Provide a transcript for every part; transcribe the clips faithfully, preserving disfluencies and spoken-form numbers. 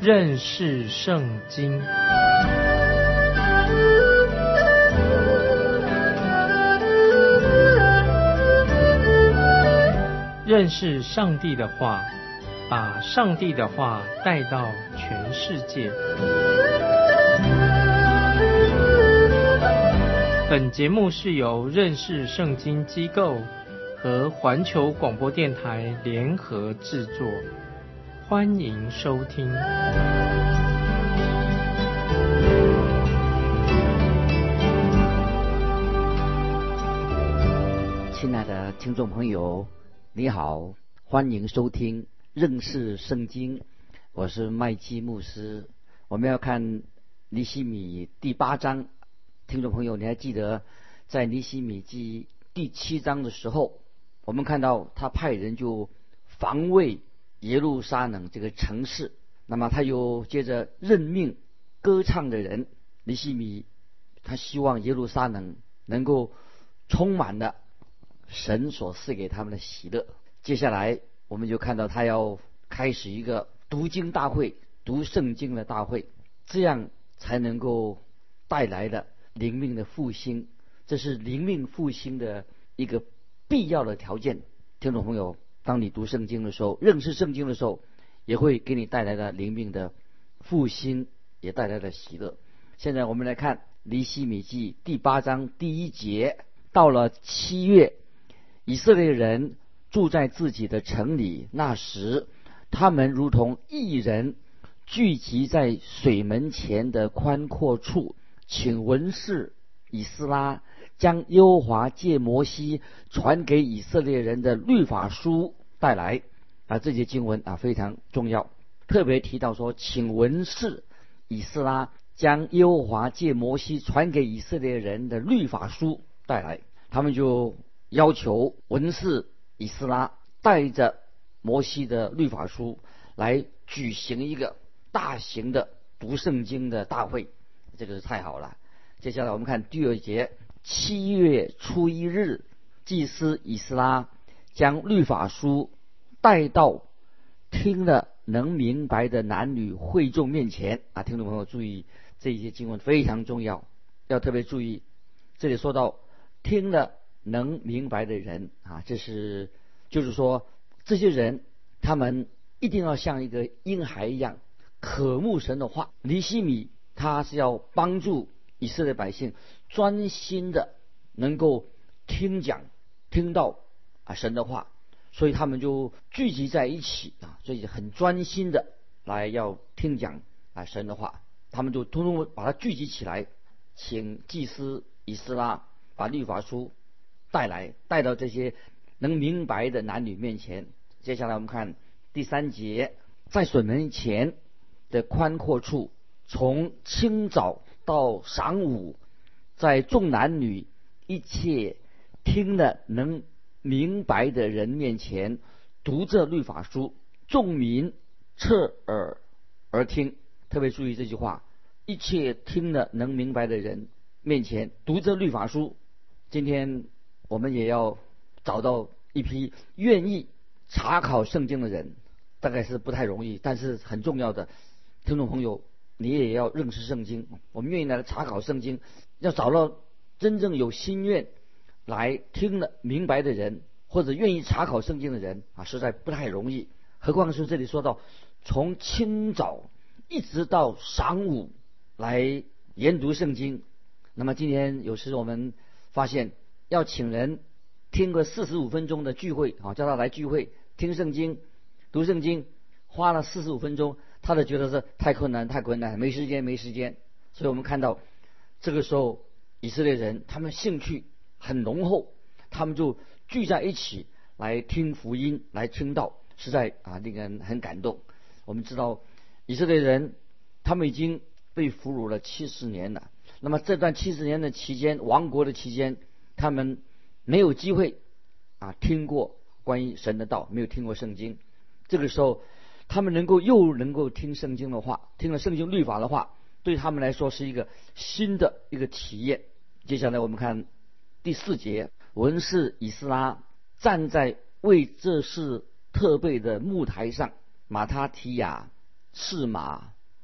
认识圣经。认识上帝的话，把上帝的话带到全世界。本节目是由认识圣经机构和环球广播电台联合制作，欢迎收听。 亲爱的听众朋友，你好，欢迎收听认识圣经，我是麦基牧师。我们要看尼希米第八章。听众朋友，你还记得在尼希米记第七章的时候，我们看到他派人就防卫耶路撒冷这个城市，那么他又接着任命歌唱的人。尼希米他希望耶路撒冷能够充满了神所赐给他们的喜乐。接下来我们就看到他要开始一个读经大会，读圣经的大会，这样才能够带来的灵命的复兴，这是灵命复兴的一个必要的条件。听众朋友，当你读圣经的时候，认识圣经的时候，也会给你带来的灵命的复兴，也带来了喜乐。现在我们来看尼希米记第八章第一节，到了七月，以色列人住在自己的城里，那时他们如同一人聚集在水门前的宽阔处，请文士以斯拉将耶和华借摩西传给以色列人的律法书带来。啊，这节经文啊非常重要，特别提到说，请文士以斯拉将耶和华借摩西传给以色列人的律法书带来。他们就要求文士以斯拉带着摩西的律法书来举行一个大型的读圣经的大会，这个是太好了。接下来我们看第二节，七月初一日，祭司以斯拉将律法书带到听了能明白的男女会众面前。啊，听众朋友注意，这一些经文非常重要，要特别注意。这里说到听了能明白的人啊，这是就是说这些人他们一定要像一个婴孩一样渴慕神的话。尼希米他是要帮助以色列百姓专心的能够听讲听到啊神的话，所以他们就聚集在一起啊，所以很专心的来要听讲啊神的话。他们就通通把它聚集起来，请祭司以斯拉把律法书带来，带到这些能明白的男女面前。接下来我们看第三节，在水门前的宽阔处，从清早到晌午，在众男女一切听了能明白的人面前读这律法书，众民侧耳而听。特别注意这句话，一切听了能明白的人面前读这律法书。今天我们也要找到一批愿意查考圣经的人，大概是不太容易，但是很重要的。听众朋友，你也要认识圣经，我们愿意来查考圣经，要找到真正有心愿来听了明白的人，或者愿意查考圣经的人啊，实在不太容易。何况是这里说到从清早一直到晌午来研读圣经。那么今天有时我们发现要请人听个四十五分钟的聚会啊，叫他来聚会听圣经读圣经，花了四十五分钟，他就觉得是太困难太困难，没时间没时间。所以我们看到这个时候以色列人他们兴趣很浓厚，他们就聚在一起来听福音来听道，实在啊令人很感动。我们知道以色列人他们已经被俘虏了七十年了，那么这段七十年的期间，亡国的期间，他们没有机会啊听过关于神的道，没有听过圣经。这个时候他们能够又能够听圣经的话，听了圣经律法的话，对他们来说是一个新的一个体验。接下来我们看第四节，文士以斯拉站在为这事特备的木台上，马他提亚、示马、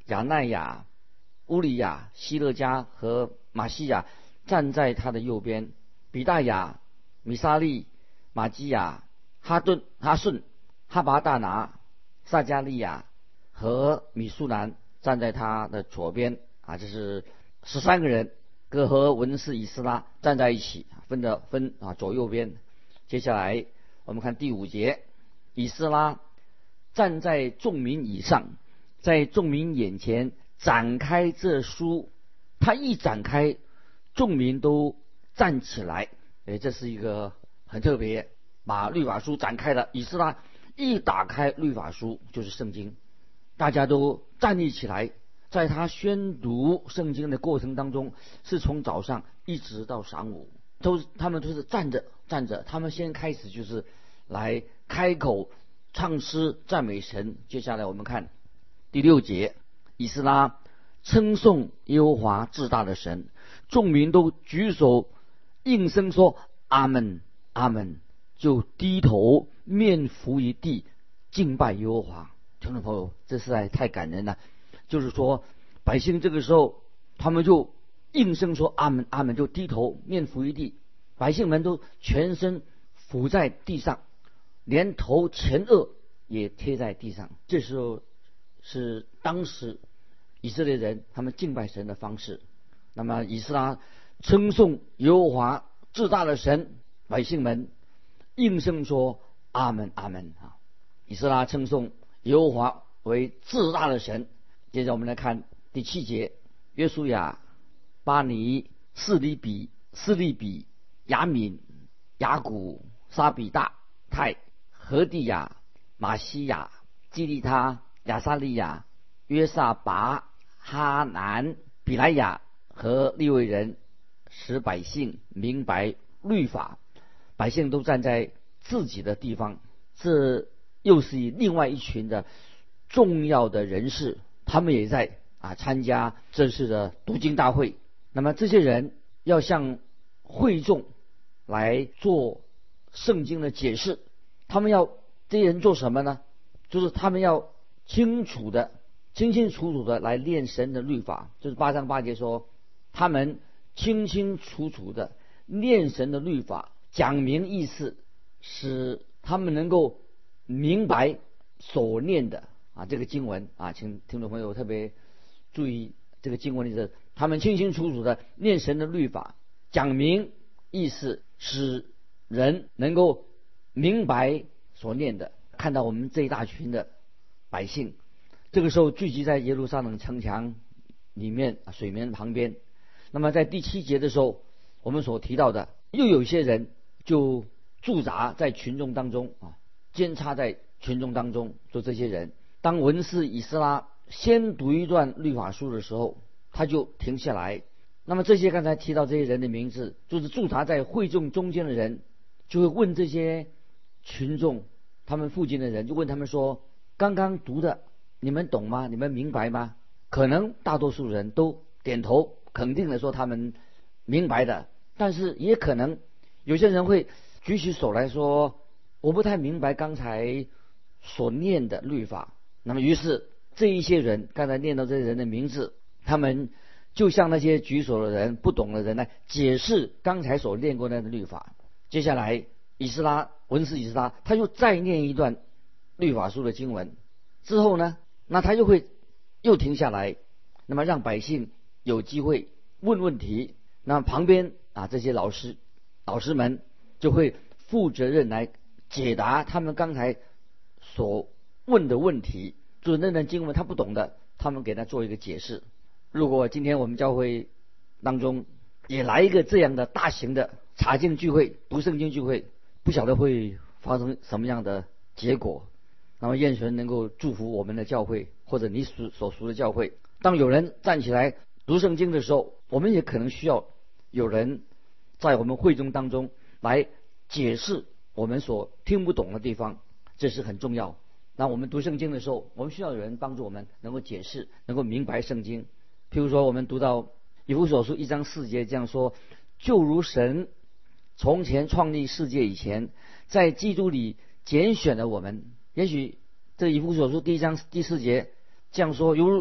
亚奈亚、乌利亚、希勒家和马西亚站在他的右边，比大雅、米沙利、马基亚、哈顿、哈顺、哈拔大拿、撒加利亚和米苏兰站在他的左边啊，这是十三个人，各和文士以斯拉站在一起，分的分啊左右边。接下来我们看第五节，以斯拉站在众民以上，在众民眼前展开这书，他一展开，众民都站起来。诶，这是一个很特别，把律法书展开了。以斯拉一打开律法书，就是圣经，大家都站立起来。在他宣读圣经的过程当中，是从早上一直到晌午，都他们都是站着站着。他们先开始就是来开口唱诗赞美神。接下来我们看第六节，以斯拉称颂耶和华至大的神，众民都举手应声说阿们阿们，就低头面伏于地敬拜耶和华。听众朋友，这实在太感人了。就是说百姓这个时候他们就应声说阿们阿们，就低头面伏于地，百姓们都全身伏在地上，连头前额也贴在地上。这时候是当时以色列人他们敬拜神的方式。那么以斯拉称颂耶和华至大的神，百姓们应声说阿们阿们啊！以斯拉称颂耶和华为至大的神。接着我们来看第七节，约书亚、巴尼、示利比、示利比、亚敏、雅古、沙比大、泰、何地亚、马西亚、基利他、亚撒利亚、约撒拔、哈南、比莱亚和利未人，使百姓明白律法。百姓都站在自己的地方。这又是以另外一群的重要的人士，他们也在啊参加这次的读经大会。那么这些人要向会众来做圣经的解释。他们要这些人做什么呢？就是他们要清楚的清清楚楚的来练神的律法。就是八章八节说，他们清清楚楚的练神的律法，讲明意思，使他们能够明白所念的啊这个经文啊，请听众朋友特别注意这个经文里的，他们清清楚楚的念神的律法，讲明意思，使人能够明白所念的。看到我们这一大群的百姓，这个时候聚集在耶路撒冷城墙里面水面旁边。那么在第七节的时候，我们所提到的，又有一些人就驻扎在群众当中啊，监插在群众当中。就这些人，当文士以斯拉先读一段律法书的时候，他就停下来。那么这些刚才提到这些人的名字，就是驻扎在会众中间的人，就会问这些群众，他们附近的人就问他们说，刚刚读的你们懂吗？你们明白吗？可能大多数人都点头肯定的说他们明白的，但是也可能有些人会举起手来说，我不太明白刚才所念的律法。那么于是这一些人，刚才念到这些人的名字，他们就向那些举手的人不懂的人来解释刚才所念过的律法。接下来以斯拉文士以斯拉他又再念一段律法书的经文之后呢，那他又会又停下来，那么让百姓有机会问问题。那么旁边啊这些老师老师们就会负责任来解答他们刚才所问的问题，就是那段经文他不懂的，他们给他做一个解释。如果今天我们教会当中也来一个这样的大型的查经聚会、读圣经聚会，不晓得会发生什么样的结果。那么愿神能够祝福我们的教会，或者你所所属的教会。当有人站起来读圣经的时候，我们也可能需要有人在我们会中当中来解释我们所听不懂的地方，这是很重要。那我们读圣经的时候，我们需要有人帮助我们能够解释，能够明白圣经。譬如说我们读到以弗所书一章四节这样说，就如神从前创立世界以前，在基督里拣选了我们。也许这以弗所书第一章第四节这样说，犹如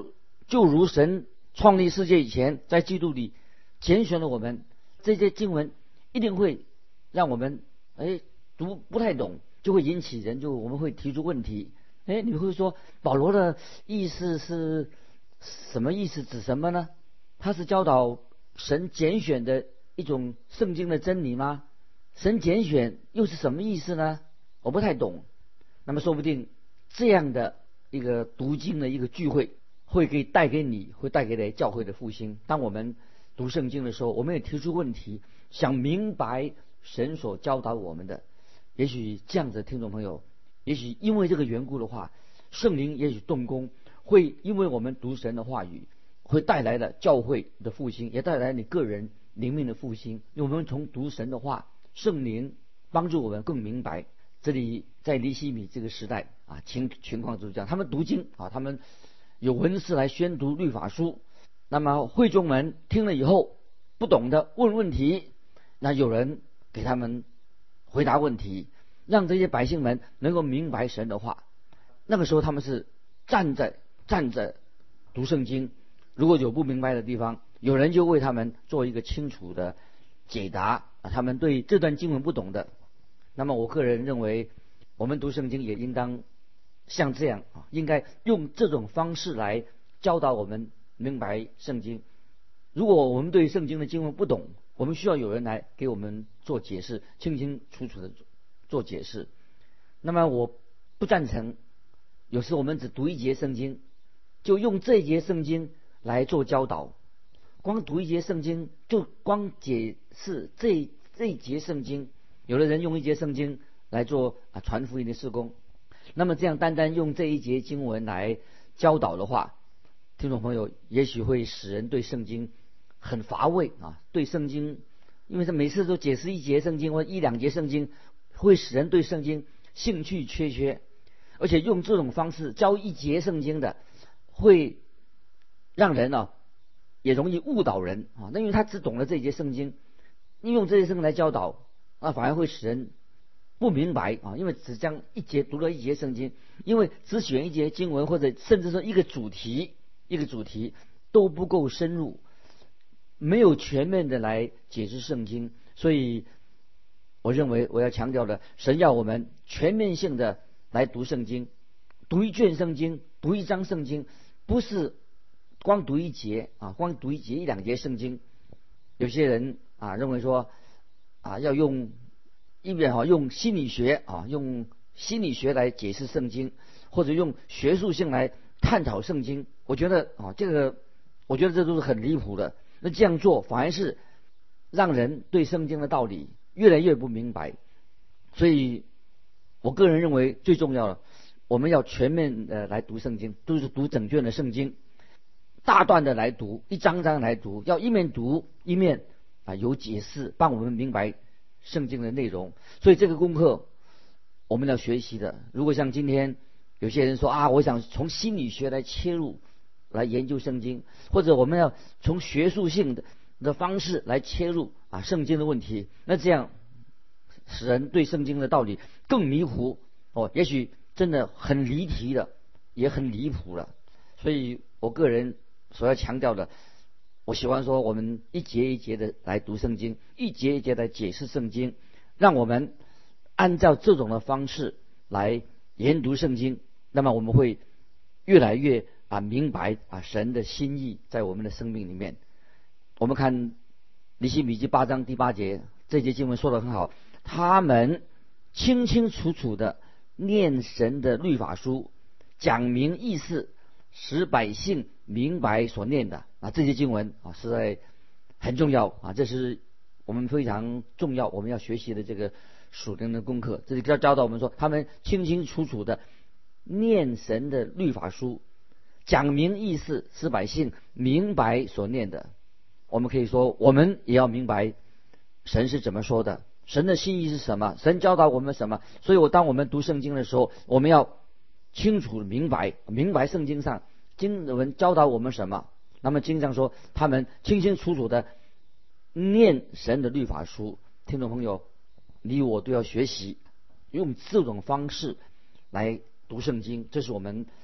就如神创立世界以前，在基督里拣选了我们。这些经文一定会让我们哎读不太懂，就会引起人就我们会提出问题。哎，你会说保罗的意思是什么意思？指什么呢？他是教导神拣选的一种圣经的真理吗？神拣选又是什么意思呢？我不太懂。那么说不定这样的一个读经的一个聚会，会给带给你，会带给你教会的复兴。当我们读圣经的时候，我们也提出问题，想明白神所教导我们的。也许这样子的听众朋友，也许因为这个缘故的话，圣灵也许动工，会因为我们读神的话语，会带来了教会的复兴，也带来你个人灵命的复兴。因为我们从读神的话，圣灵帮助我们更明白。这里在尼希米这个时代啊，情情况就是这样，他们读经啊，他们有文士来宣读律法书，那么会众们听了以后不懂的问问题，那有人给他们回答问题，让这些百姓们能够明白神的话。那个时候他们是站着站着读圣经，如果有不明白的地方，有人就为他们做一个清楚的解答啊，他们对这段经文不懂的。那么我个人认为，我们读圣经也应当像这样啊，应该用这种方式来教导我们明白圣经。如果我们对圣经的经文不懂，我们需要有人来给我们做解释，清清楚楚的做解释。那么我不赞成，有时我们只读一节圣经，就用这一节圣经来做教导，光读一节圣经就光解释这这一节圣经。有的人用一节圣经来做啊传福音的事工，那么这样单单用这一节经文来教导的话，听众朋友也许会使人对圣经很乏味啊。对圣经，因为他每次都解释一节圣经或一两节圣经，会使人对圣经兴趣缺缺。而且用这种方式教一节圣经的，会让人啊也容易误导人啊。那因为他只懂了这一节圣经，利用这些圣经来教导，那反而会使人不明白啊，因为只将一节读了一节圣经，因为只选一节经文，或者甚至说一个主题，一个主题都不够深入，没有全面的来解释圣经。所以我认为我要强调的，神要我们全面性的来读圣经，读一卷圣经，读一章圣经，不是光读一节啊，光读一节一两节圣经。有些人啊认为说啊要用一边啊用心理学啊用心理学来解释圣经，或者用学术性来探讨圣经。我觉得啊这个我觉得这都是很离谱的。那这样做反而是让人对圣经的道理越来越不明白。所以我个人认为最重要的，我们要全面的来读圣经，都是读整卷的圣经，大段的来读，一章章来读，要一面读一面啊有解释，帮我们明白圣经的内容。所以这个功课我们要学习的。如果像今天有些人说啊，我想从心理学来切入来研究圣经，或者我们要从学术性的的方式来切入啊圣经的问题，那这样使人对圣经的道理更迷糊哦，也许真的很离题了，也很离谱了。所以我个人所要强调的，我喜欢说我们一节一节的来读圣经，一节一节的解释圣经，让我们按照这种的方式来研读圣经，那么我们会越来越啊明白啊神的心意在我们的生命里面。我们看尼希米记八章第八节，这节经文说得很好，他们清清楚楚的念神的律法书，讲明意思，使百姓明白所念的啊。这些经文啊实在很重要啊，这是我们非常重要我们要学习的这个属灵的功课。这里要教导我们说，他们清清楚楚的念神的律法书，讲明意思，使百姓明白所念的。我们可以说，我们也要明白神是怎么说的，神的心意是什么，神教导我们什么。所以我当我们读圣经的时候，我们要清楚明白明白圣经上经文教导我们什么。那么经常说他们清清楚楚的念神的律法书。听众朋友，你我都要学习用这种方式来读圣经，这是我们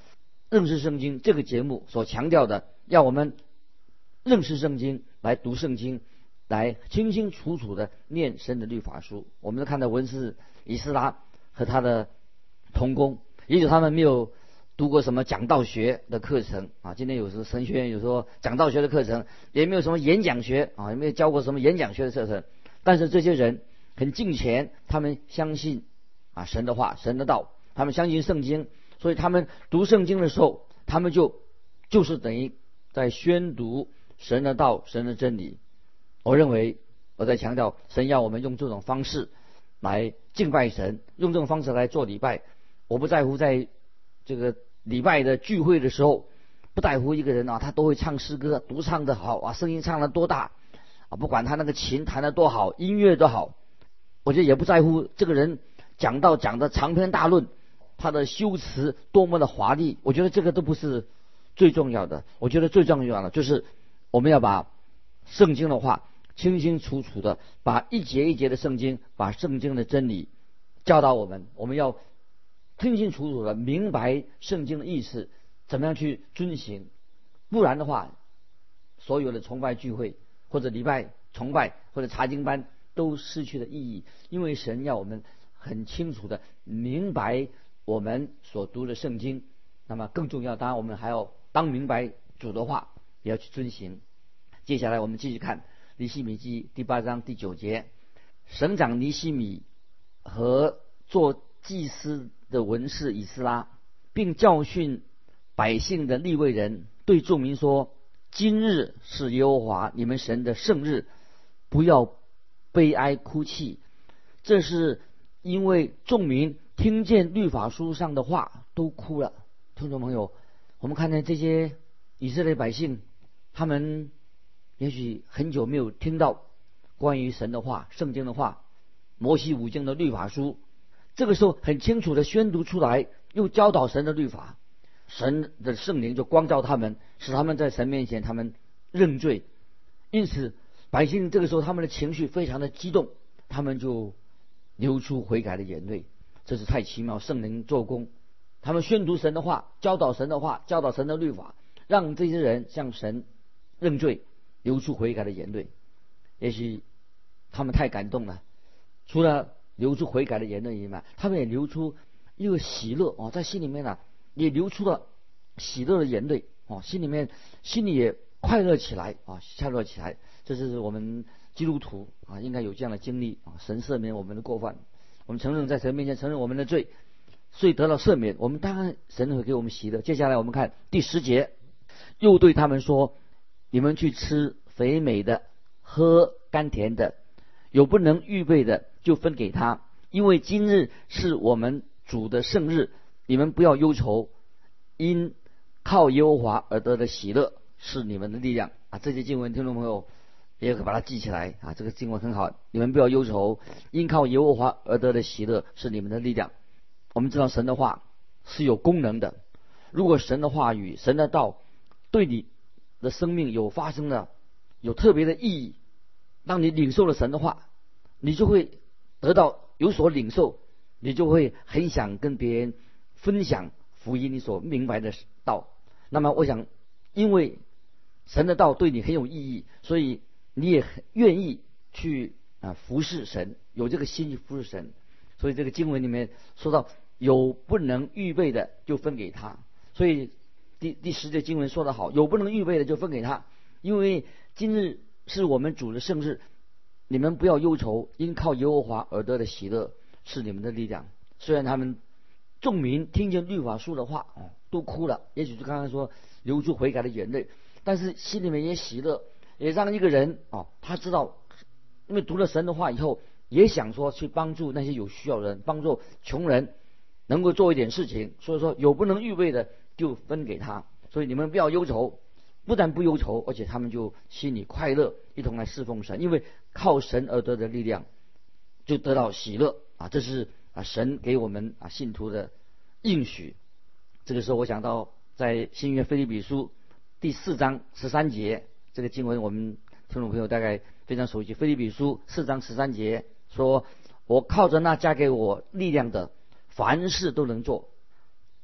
认识圣经这个节目所强调的，要我们认识圣经，来读圣经，来清清楚楚的念神的律法书。我们看到文士以斯拉和他的同工，也许他们没有读过什么讲道学的课程啊，今天有时候神学院有说讲道学的课程，也没有什么演讲学啊，也没有教过什么演讲学的课程。但是这些人很敬虔，他们相信啊神的话，神的道，他们相信圣经，所以他们读圣经的时候，他们就就是等于在宣读神的道，神的真理。我认为我在强调，神要我们用这种方式来敬拜神，用这种方式来做礼拜。我不在乎在这个礼拜的聚会的时候，不在乎一个人啊，他都会唱诗歌，独唱的好啊，声音唱得多大啊，不管他那个琴弹得多好，音乐多好，我觉得也不在乎这个人讲道讲的长篇大论，他的修辞多么的华丽，我觉得这个都不是最重要的。我觉得最重要的就是我们要把圣经的话清清楚楚的，把一节一节的圣经，把圣经的真理教导我们，我们要清清楚楚的明白圣经的意思，怎么样去遵行。不然的话，所有的崇拜聚会或者礼拜崇拜或者查经班都失去了意义。因为神要我们很清楚的明白我们所读的圣经，那么更重要，当然我们还要当明白主的话，也要去遵行。接下来我们继续看尼希米记第八章第九节，省长尼希米和做祭司的文士以斯拉，并教训百姓的利未人，对众民说：今日是耶和华你们神的圣日，不要悲哀哭泣。这是因为众民听见律法书上的话都哭了。听众朋友，我们看见这些以色列百姓，他们也许很久没有听到关于神的话，圣经的话，摩西五经的律法书，这个时候很清楚的宣读出来，又教导神的律法，神的圣灵就光照他们，使他们在神面前他们认罪。因此百姓这个时候他们的情绪非常的激动，他们就流出悔改的眼泪。这是太奇妙，圣灵做工，他们宣读神的话，教导神的话，教导神的律法，让这些人向神认罪，流出悔改的眼泪。也许他们太感动了，除了流出悔改的眼泪以外，他们也流出一个喜乐哦，在心里面呢、啊、也流出了喜乐的眼泪哦，心里面心里也快乐起来啊，快乐起来。这是我们基督徒啊应该有这样的经历啊，神赦免我们的过犯，我们承认在神面前承认我们的罪，所以得到赦免，我们当然神会给我们喜乐。接下来我们看第十节，又对他们说：你们去吃肥美的，喝甘甜的，有不能预备的就分给他，因为今日是我们主的圣日，你们不要忧愁，因靠耶和华而得的喜乐是你们的力量啊。这些经文听众朋友也可以把它记起来啊，这个经文很好，你们不要忧愁，因靠耶和华而得的喜乐是你们的力量。我们知道神的话是有功能的，如果神的话语，神的道对你的生命有发生了有特别的意义，当你领受了神的话，你就会得到有所领受，你就会很想跟别人分享福音你所明白的道。那么我想，因为神的道对你很有意义，所以你也很愿意去啊服侍神，有这个心去服侍神。所以这个经文里面说到，有不能预备的就分给他。所以第第十节经文说得好，有不能预备的就分给他，因为今日是我们主的圣日，你们不要忧愁，因靠耶和华而得的喜乐是你们的力量。虽然他们众民听见律法书的话哦都哭了，也许就刚刚说流出悔改的眼泪，但是心里面也喜乐，也让一个人哦他知道，因为读了神的话以后，也想说去帮助那些有需要的人，帮助穷人，能够做一点事情。所以说有不能预备的就分给他，所以你们不要忧愁，不但不忧愁，而且他们就心里快乐，一同来侍奉神，因为靠神而得的力量就得到喜乐啊！这是啊神给我们啊信徒的应许。这个时候我想到在新约腓立比书第四章十三节，这个经文我们听众朋友大概非常熟悉。腓立比书四章十三节说：我靠着那加给我力量的，凡事都能做。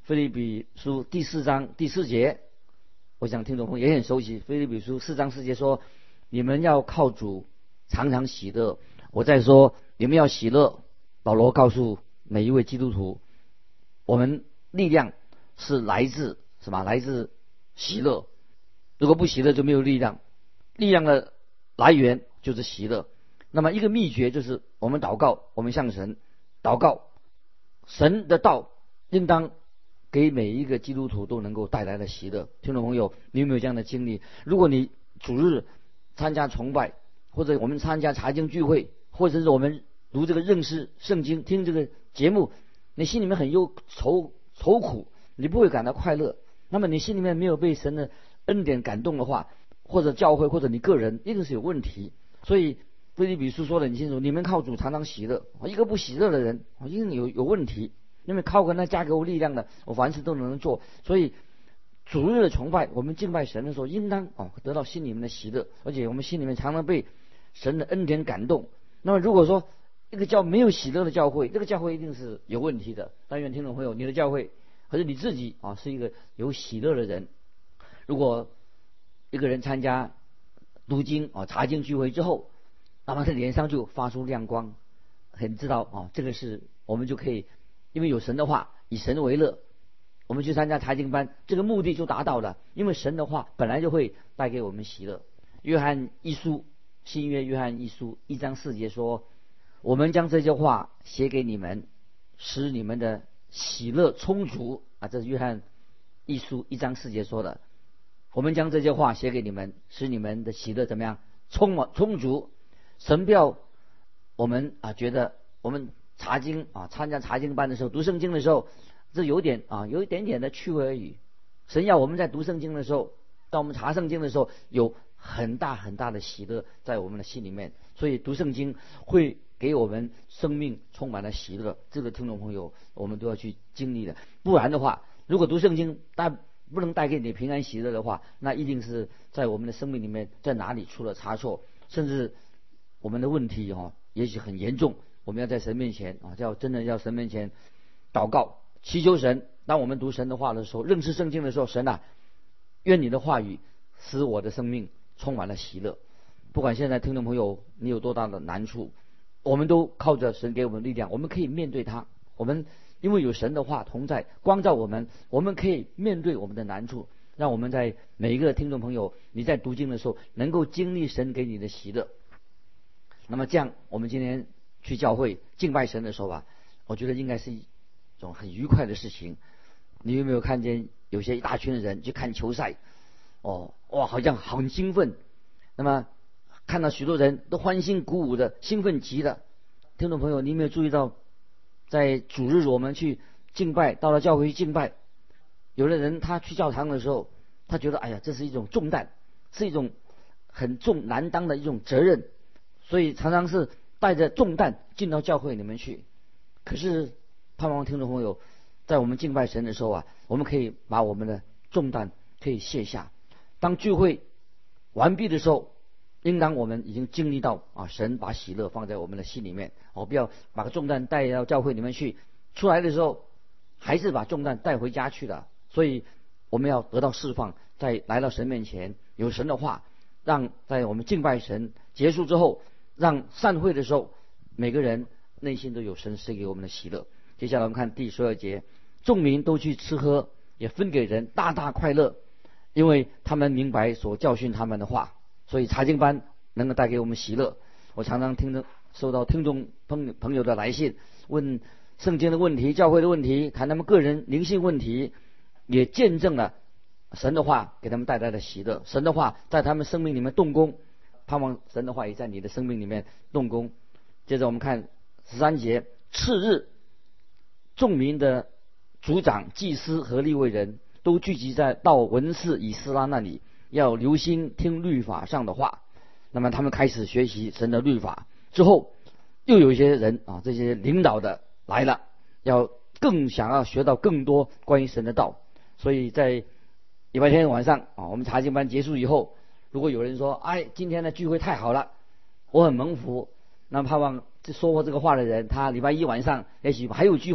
腓立比书第四章第四节，我想听众朋友也很熟悉。腓立比书四章四节说：“你们要靠主常常喜乐。”我再说，你们要喜乐。保罗告诉每一位基督徒，我们力量是来自什么？来自喜乐。如果不喜乐，就没有力量。力量的来源就是喜乐。那么一个秘诀就是我们祷告，我们向神祷告，神的道应当给每一个基督徒都能够带来的喜乐。听众朋友，你有没有这样的经历？如果你主日参加崇拜，或者我们参加查经聚会，或者是我们读这个认识圣经，听这个节目，你心里面很忧愁愁苦，你不会感到快乐，那么你心里面没有被神的恩典感动的话，或者教会或者你个人一定是有问题。所以腓立比书说的很清楚，你们靠主常常喜乐。一个不喜乐的人一定有有问题，因为靠着那加给我力量的，我凡事都能做。所以主日的崇拜，我们敬拜神的时候，应当哦得到心里面的喜乐，而且我们心里面常常被神的恩典感动。那么如果说一个教没有喜乐的教会，这个教会一定是有问题的。但愿听众朋友，你的教会或者你自己啊是一个有喜乐的人。如果一个人参加读经啊查经聚会之后，那么他脸上就发出亮光，很知道啊这个是我们就可以，因为有神的话，以神为乐，我们去参加查经班，这个目的就达到了。因为神的话本来就会带给我们喜乐。约翰一书，新约约翰一书一章四节说：“我们将这些话写给你们，使你们的喜乐充足。”啊，这是约翰一书一章四节说的。我们将这些话写给你们，使你们的喜乐怎么样？充满充足。神不要我们啊觉得我们查经啊参加查经班的时候，读圣经的时候，这有点啊有一点点的趣味而已。神要我们在读圣经的时候，当我们查圣经的时候，有很大很大的喜乐在我们的心里面。所以读圣经会给我们生命充满了喜乐，这个听众朋友我们都要去经历的。不然的话，如果读圣经带不能带给你平安喜乐的话，那一定是在我们的生命里面在哪里出了差错，甚至我们的问题哦，也许很严重。我们要在神面前啊，要真的要神面前祷告祈求神。当我们读神的话的时候，认识圣经的时候，神啊，愿你的话语使我的生命充满了喜乐。不管现在听众朋友你有多大的难处，我们都靠着神给我们力量，我们可以面对它。我们因为有神的话同在光照我们，我们可以面对我们的难处。让我们在每一个听众朋友你在读经的时候能够经历神给你的喜乐。那么这样我们今天去教会敬拜神的时候啊，我觉得应该是一种很愉快的事情。你有没有看见有些一大群的人去看球赛，哦哇好像很兴奋，那么看到许多人都欢欣鼓舞的兴奋极了。听众朋友，你有没有注意到在主日我们去敬拜，到了教会去敬拜，有的人他去教堂的时候，他觉得哎呀这是一种重担，是一种很重难当的一种责任，所以常常是带着重担进到教会里面去。可是盼望听众朋友，在我们敬拜神的时候啊，我们可以把我们的重担可以卸下。当聚会完毕的时候，应当我们已经经历到啊，神把喜乐放在我们的心里面，哦，不要把个重担带到教会里面去，出来的时候还是把重担带回家去了。所以我们要得到释放，在来到神面前，有神的话，让在我们敬拜神结束之后，让散会的时候，每个人内心都有神赐给我们的喜乐。接下来我们看第十二节，众民都去吃喝，也分给人，大大快乐，因为他们明白所教训他们的话。所以查经班能够带给我们喜乐。我常常听着收到听众朋朋友的来信，问圣经的问题、教会的问题，谈他们个人灵性问题，也见证了神的话给他们带来的喜乐。神的话在他们生命里面动工，盼望神的话也在你的生命里面动工。接着我们看十三节，次日，众民的族长、祭司和利未人都聚集在到文士以斯拉那里，要留心听律法上的话。那么他们开始学习神的律法之后，又有一些人啊，这些领导的来了，要更想要学到更多关于神的道。所以在礼拜天晚上啊，我们查经班结束以后，如果有人说哎今天的聚会太好了，我很蒙福，那盼望说过这个话的人，他礼拜一晚上也许还有聚会，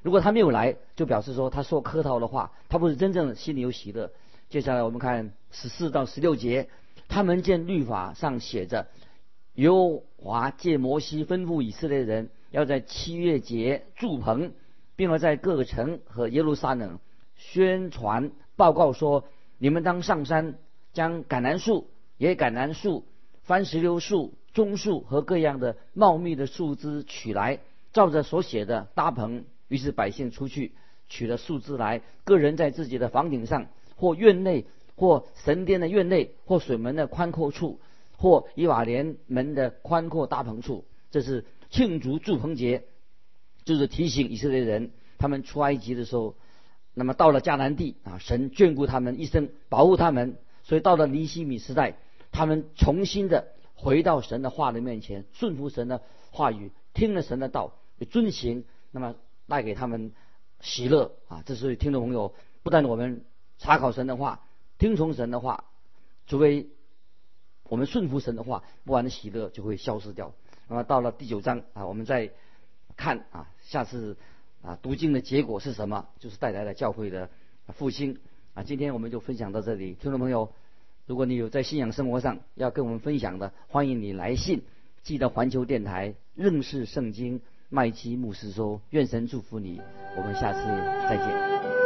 如果他没有来，就表示说他说客套的话，他不是真正心里有喜乐。接下来我们看十四到十六节，他们见律法上写着，耶和华借摩西吩咐以色列人要在七月节筑棚，并要在各城和耶路撒冷宣传报告说，你们当上山，将橄榄树、野橄榄树、番石榴树、棕树和各样的茂密的树枝取来，照着所写的搭棚。于是百姓出去取了树枝来，个人在自己的房顶上，或院内，或神殿的院内，或水门的宽阔处，或以瓦莲门的宽阔大棚处。这是庆祝筑棚节，就是提醒以色列人，他们出埃及的时候，那么到了迦南地啊，神眷顾他们一生，保护他们，所以到了尼希米时代，他们重新的回到神的话的面前，顺服神的话语，听了神的道，遵行，那么带给他们喜乐啊！这是听众朋友，不但我们查考神的话，听从神的话，除非我们顺服神的话，不然的喜乐就会消失掉。那么到了第九章啊，我们再看啊，下次啊读经的结果是什么？就是带来了教会的复兴啊！今天我们就分享到这里，听众朋友，如果你有在信仰生活上要跟我们分享的，欢迎你来信寄到环球电台认识圣经麦基牧师说，愿神祝福你，我们下次再见。